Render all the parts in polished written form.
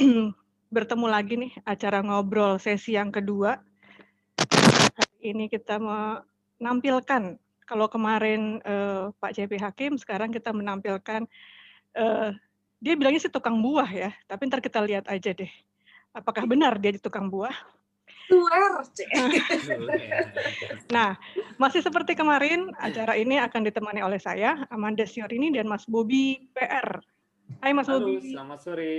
bertemu lagi nih acara ngobrol sesi yang kedua. Hari ini kita menampilkan, kalau kemarin Pak CP Hakim, sekarang kita menampilkan, dia bilangnya sih tukang buah ya, tapi ntar kita lihat aja deh, apakah benar dia tukang buah. Nah, masih seperti kemarin, acara ini akan ditemani oleh saya, Amanda Siorini, dan Mas Bobi PR. Hai Mas Halo, Bobi. selamat sore.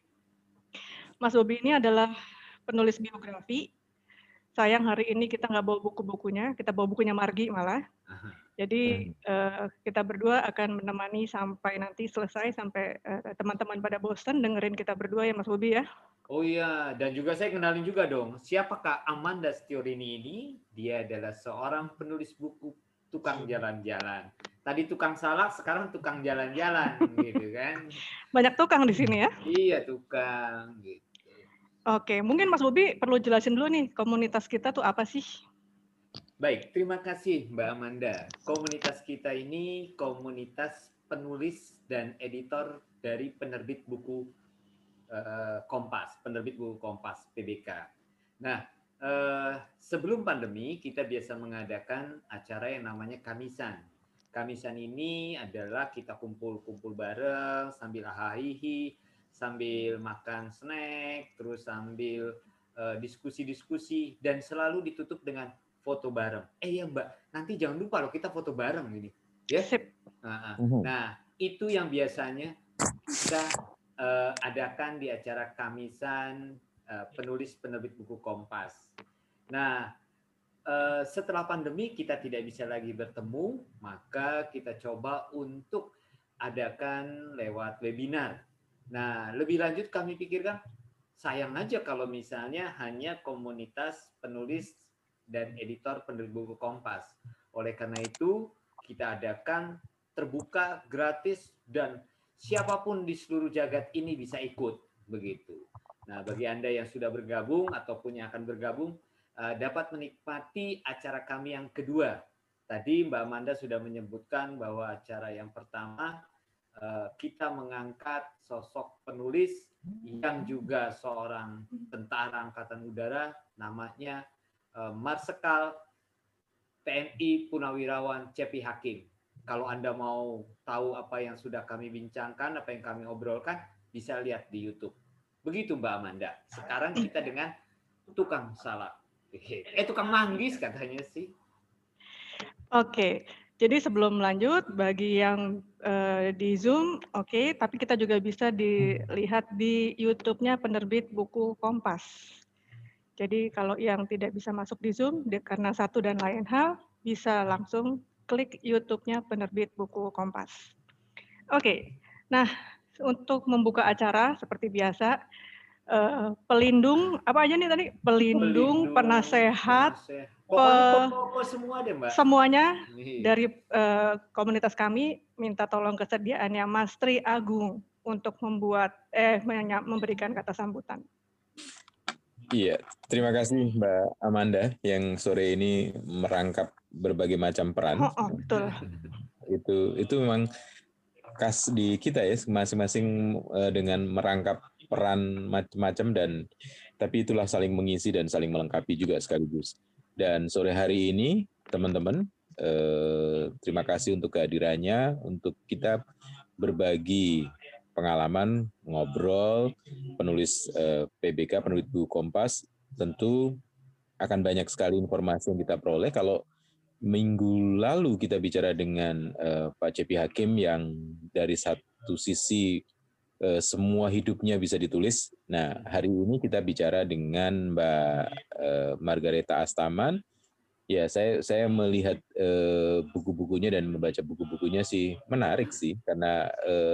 Mas Bobi ini adalah penulis biografi. Sayang hari ini kita nggak bawa buku-bukunya, kita bawa bukunya Margi malah. Jadi kita berdua akan menemani sampai nanti selesai, sampai teman-teman pada bosan dengerin kita berdua ya Mas Bobi ya. Oh iya, dan juga saya kenalin juga dong, siapakah Amanda Siorini ini? Dia adalah seorang penulis buku tukang jalan-jalan. Tadi tukang salak, sekarang tukang jalan-jalan gitu kan. Banyak tukang di sini ya. Iya, tukang gitu. Oke, mungkin Mas Bobi perlu jelasin dulu nih, komunitas kita tuh apa sih? Baik, terima kasih Mbak Amanda. Komunitas kita ini komunitas penulis dan editor dari penerbit buku Kompas, penerbit buku Kompas PBK. Nah, sebelum pandemi kita biasa mengadakan acara yang namanya Kamisan. Kamisan ini adalah kita kumpul-kumpul bareng sambil hahihi, sambil makan snack, terus sambil diskusi-diskusi, dan selalu ditutup dengan foto bareng. Ya Mbak, nanti jangan lupa loh kita foto bareng ini, ya. Sip. Nah, itu yang biasanya kita adakan di acara Kamisan penulis penerbit buku Kompas. Nah, setelah pandemi kita tidak bisa lagi bertemu, maka kita coba untuk adakan lewat webinar. Nah, lebih lanjut kami pikirkan, sayang aja kalau misalnya hanya komunitas penulis dan editor penerbit buku Kompas. Oleh karena itu, kita adakan terbuka, gratis, dan siapapun di seluruh jagat ini bisa ikut, begitu. Nah, bagi Anda yang sudah bergabung ataupun yang akan bergabung, dapat menikmati acara kami yang kedua. Tadi Mbak Amanda sudah menyebutkan bahwa acara yang pertama kita mengangkat sosok penulis yang juga seorang tentara angkatan udara, namanya Marsikal TNI Purnawirawan CP Hakim. Kalau Anda mau tahu apa yang sudah kami bincangkan, apa yang kami obrolkan, bisa lihat di YouTube. Begitu Mbak Amanda. Sekarang kita dengan tukang salak. Tukang manggis katanya sih. Oke, jadi sebelum lanjut, bagi yang di Zoom, oke, tapi kita juga bisa dilihat di YouTube-nya penerbit buku Kompas. Jadi kalau yang tidak bisa masuk di Zoom, karena satu dan lain hal, bisa langsung klik YouTube-nya penerbit buku Kompas. Oke, nah untuk membuka acara seperti biasa, pelindung, apa aja nih tadi? Pelindung, penasehat, pokoknya semua deh Mbak. Semuanya dari komunitas kami minta tolong kesediaannya Mas Tri Agung untuk memberikan kata sambutan. Iya, terima kasih Mbak Amanda yang sore ini merangkap berbagai macam peran. Betul. Itu memang khas di kita ya, masing-masing dengan merangkap peran macam-macam, dan tapi itulah saling mengisi dan saling melengkapi juga sekaligus. Dan sore hari ini teman-teman, terima kasih untuk kehadirannya, untuk kita berbagi pengalaman, ngobrol, penulis PBK, penulis buku Kompas, tentu akan banyak sekali informasi yang kita peroleh. Kalau minggu lalu kita bicara dengan Pak CP Hakim yang dari satu sisi semua hidupnya bisa ditulis. Nah, hari ini kita bicara dengan Mbak Margareta Astaman. Ya, saya melihat buku-bukunya dan membaca buku-bukunya sih menarik sih, karena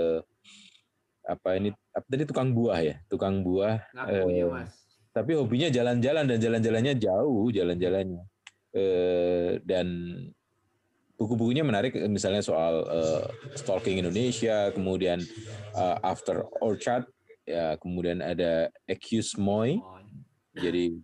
apa tadi tukang buah ya, tukang buah. Ngakunya Mas. Tapi hobinya jalan-jalan dan jalan-jalannya jauh jalan-jalannya. Dan buku-bukunya menarik, misalnya soal Stalking Indonesia, kemudian After Orchard, ya, kemudian ada Accuse Moy, jadi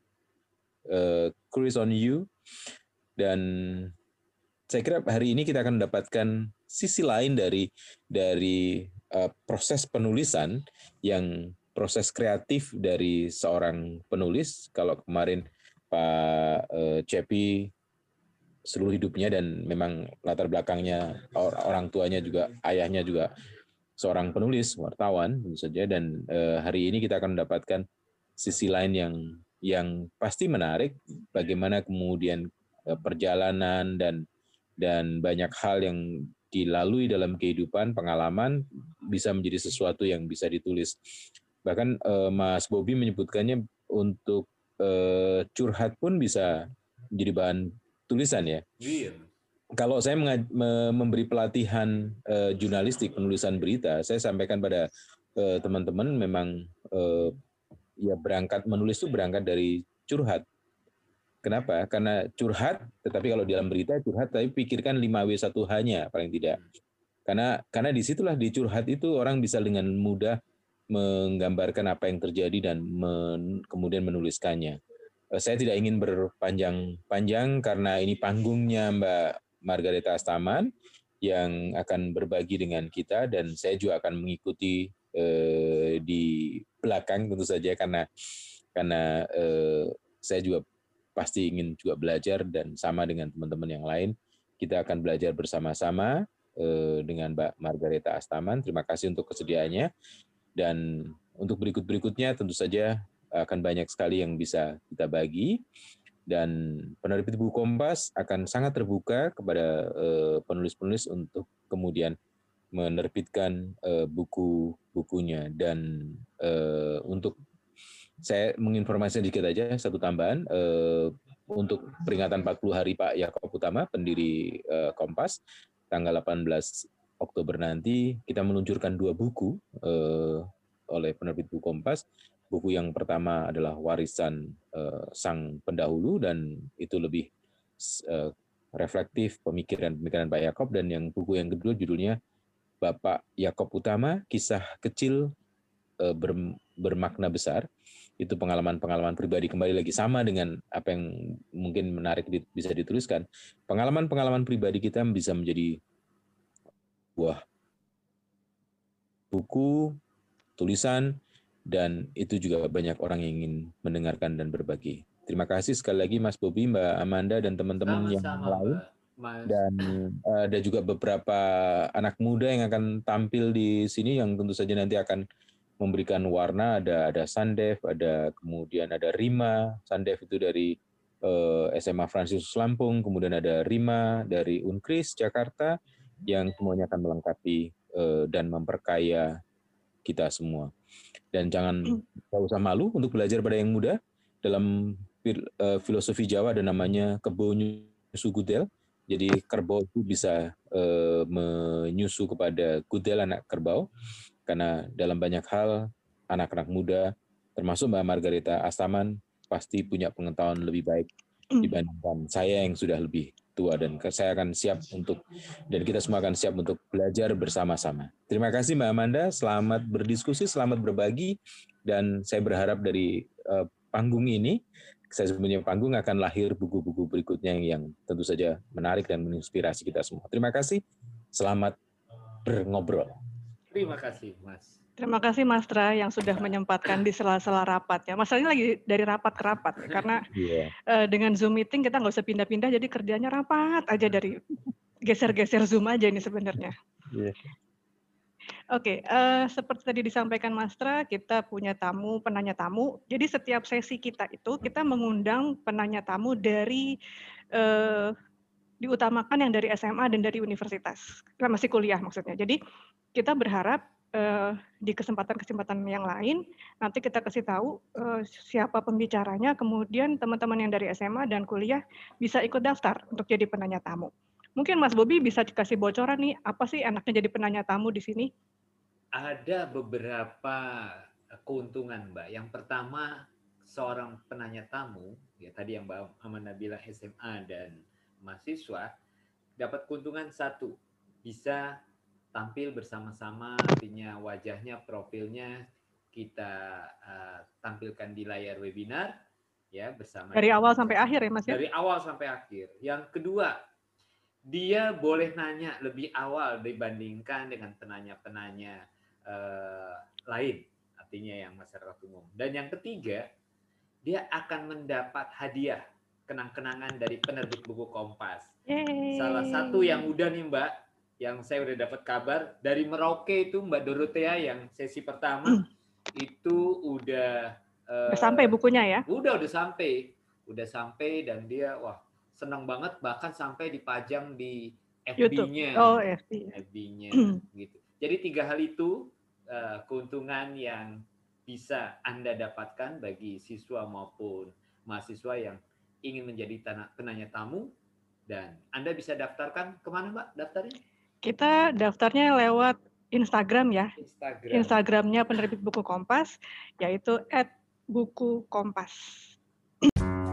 Cruise on You, dan saya kira hari ini kita akan mendapatkan sisi lain dari proses penulisan yang proses kreatif dari seorang penulis. Kalau kemarin Pak Cepi seluruh hidupnya dan memang latar belakangnya orang tuanya juga, ayahnya juga seorang penulis, wartawan tentu saja, dan hari ini kita akan mendapatkan sisi lain yang pasti menarik, bagaimana kemudian perjalanan dan banyak hal yang dilalui dalam kehidupan, pengalaman bisa menjadi sesuatu yang bisa ditulis. Bahkan Mas Bobi menyebutkannya untuk curhat pun bisa menjadi bahan tulisan ya. Iya. Kalau saya memberi pelatihan jurnalistik penulisan berita, saya sampaikan pada teman-teman memang ya berangkat menulis itu berangkat dari curhat. Kenapa? Karena curhat, tetapi kalau di dalam berita curhat, tapi pikirkan 5W1H-nya paling tidak. Karena disitulah di curhat itu orang bisa dengan mudah menggambarkan apa yang terjadi dan kemudian menuliskannya. Saya tidak ingin berpanjang-panjang karena ini panggungnya Mbak Margareta Astaman yang akan berbagi dengan kita, dan saya juga akan mengikuti di belakang tentu saja karena saya juga pasti ingin juga belajar, dan sama dengan teman-teman yang lain kita akan belajar bersama-sama dengan Mbak Margareta Astaman. Terima kasih untuk kesediaannya, dan untuk berikut-berikutnya tentu saja akan banyak sekali yang bisa kita bagi, dan penerbit buku Kompas akan sangat terbuka kepada penulis-penulis untuk kemudian menerbitkan buku-bukunya. Dan untuk saya menginformasikan sedikit aja satu tambahan, untuk peringatan 40 hari Pak Yakob Utama, pendiri Kompas, tanggal 18 Oktober nanti kita meluncurkan 2 buku oleh penerbit buku Kompas. Buku yang pertama adalah Warisan Sang Pendahulu, dan itu lebih reflektif pemikiran Pak Yakob, dan yang buku yang kedua judulnya Bapak Yakob Utama, Kisah Kecil Bermakna Besar. Itu pengalaman-pengalaman pribadi, kembali lagi sama dengan apa yang mungkin menarik bisa dituliskan. Pengalaman-pengalaman pribadi kita bisa menjadi buah buku, tulisan, dan itu juga banyak orang yang ingin mendengarkan dan berbagi. Terima kasih sekali lagi Mas Bobi, Mbak Amanda, dan teman-teman yang Sama-sama, lain. Mbak. Mas. Dan ada juga beberapa anak muda yang akan tampil di sini yang tentu saja nanti akan memberikan warna. Ada Sandev, kemudian ada Rima. Sandev itu dari SMA Fransiskus Lampung, kemudian ada Rima dari Unkris Jakarta, yang semuanya akan melengkapi dan memperkaya kita semua. Dan jangan usah malu untuk belajar pada yang muda. Dalam filosofi Jawa ada namanya kebo nyusu gudel. Jadi kerbau itu bisa menyusu kepada gudel, anak kerbau. Karena dalam banyak hal anak-anak muda, termasuk Mbak Margareta Astaman, pasti punya pengetahuan lebih baik dibandingkan saya yang sudah lebih tua, dan saya akan siap dan kita semua akan siap untuk belajar bersama-sama. Terima kasih Mbak Amanda, selamat berdiskusi, selamat berbagi, dan saya berharap dari panggung ini, saya sebenarnya panggung akan lahir buku-buku berikutnya yang tentu saja menarik dan menginspirasi kita semua. Terima kasih, selamat berngobrol. Terima kasih Mas. Terima kasih Mas Tra yang sudah menyempatkan di sela-sela rapat ya. Masalahnya lagi dari rapat ke rapat ya, karena dengan Zoom meeting kita nggak usah pindah-pindah, jadi kerjanya rapat aja, dari geser-geser Zoom aja ini sebenarnya. Oke, seperti tadi disampaikan Mas Tra, kita punya penanya tamu. Jadi setiap sesi kita itu kita mengundang penanya tamu dari diutamakan yang dari SMA dan dari universitas. Masih kuliah maksudnya. Jadi kita berharap di kesempatan-kesempatan yang lain nanti kita kasih tahu siapa pembicaranya, kemudian teman-teman yang dari SMA dan kuliah bisa ikut daftar untuk jadi penanya tamu. Mungkin Mas Bobi bisa dikasih bocoran nih, apa sih enaknya jadi penanya tamu di sini? Ada beberapa keuntungan, Mbak. Yang pertama, seorang penanya tamu, ya tadi yang Mbak Amanda bilang SMA dan mahasiswa, dapat keuntungan satu, bisa tampil bersama-sama, artinya wajahnya, profilnya kita tampilkan di layar webinar, ya bersama. Dari awal sampai akhir ya Mas ya? Dari awal sampai akhir. Yang kedua, dia boleh nanya lebih awal dibandingkan dengan penanya-penanya lain artinya yang masyarakat umum. Dan yang ketiga, dia akan mendapat hadiah kenang-kenangan dari penerbit buku Kompas. Salah satu yang udah nih Mbak, yang saya udah dapat kabar dari Merauke itu Mbak Dorothea yang sesi pertama itu udah sampai bukunya ya? Udah sampai dan dia wah senang banget, bahkan sampai dipajang di FB-nya. Oh, FB. FB-nya gitu. Jadi 3 hal itu keuntungan yang bisa Anda dapatkan bagi siswa maupun mahasiswa yang ingin menjadi penanya tamu, dan Anda bisa daftarkan kemana Mbak daftarnya? Kita daftarnya lewat Instagram ya. Instagram. Instagramnya penerbit buku Kompas, yaitu @bukukompas.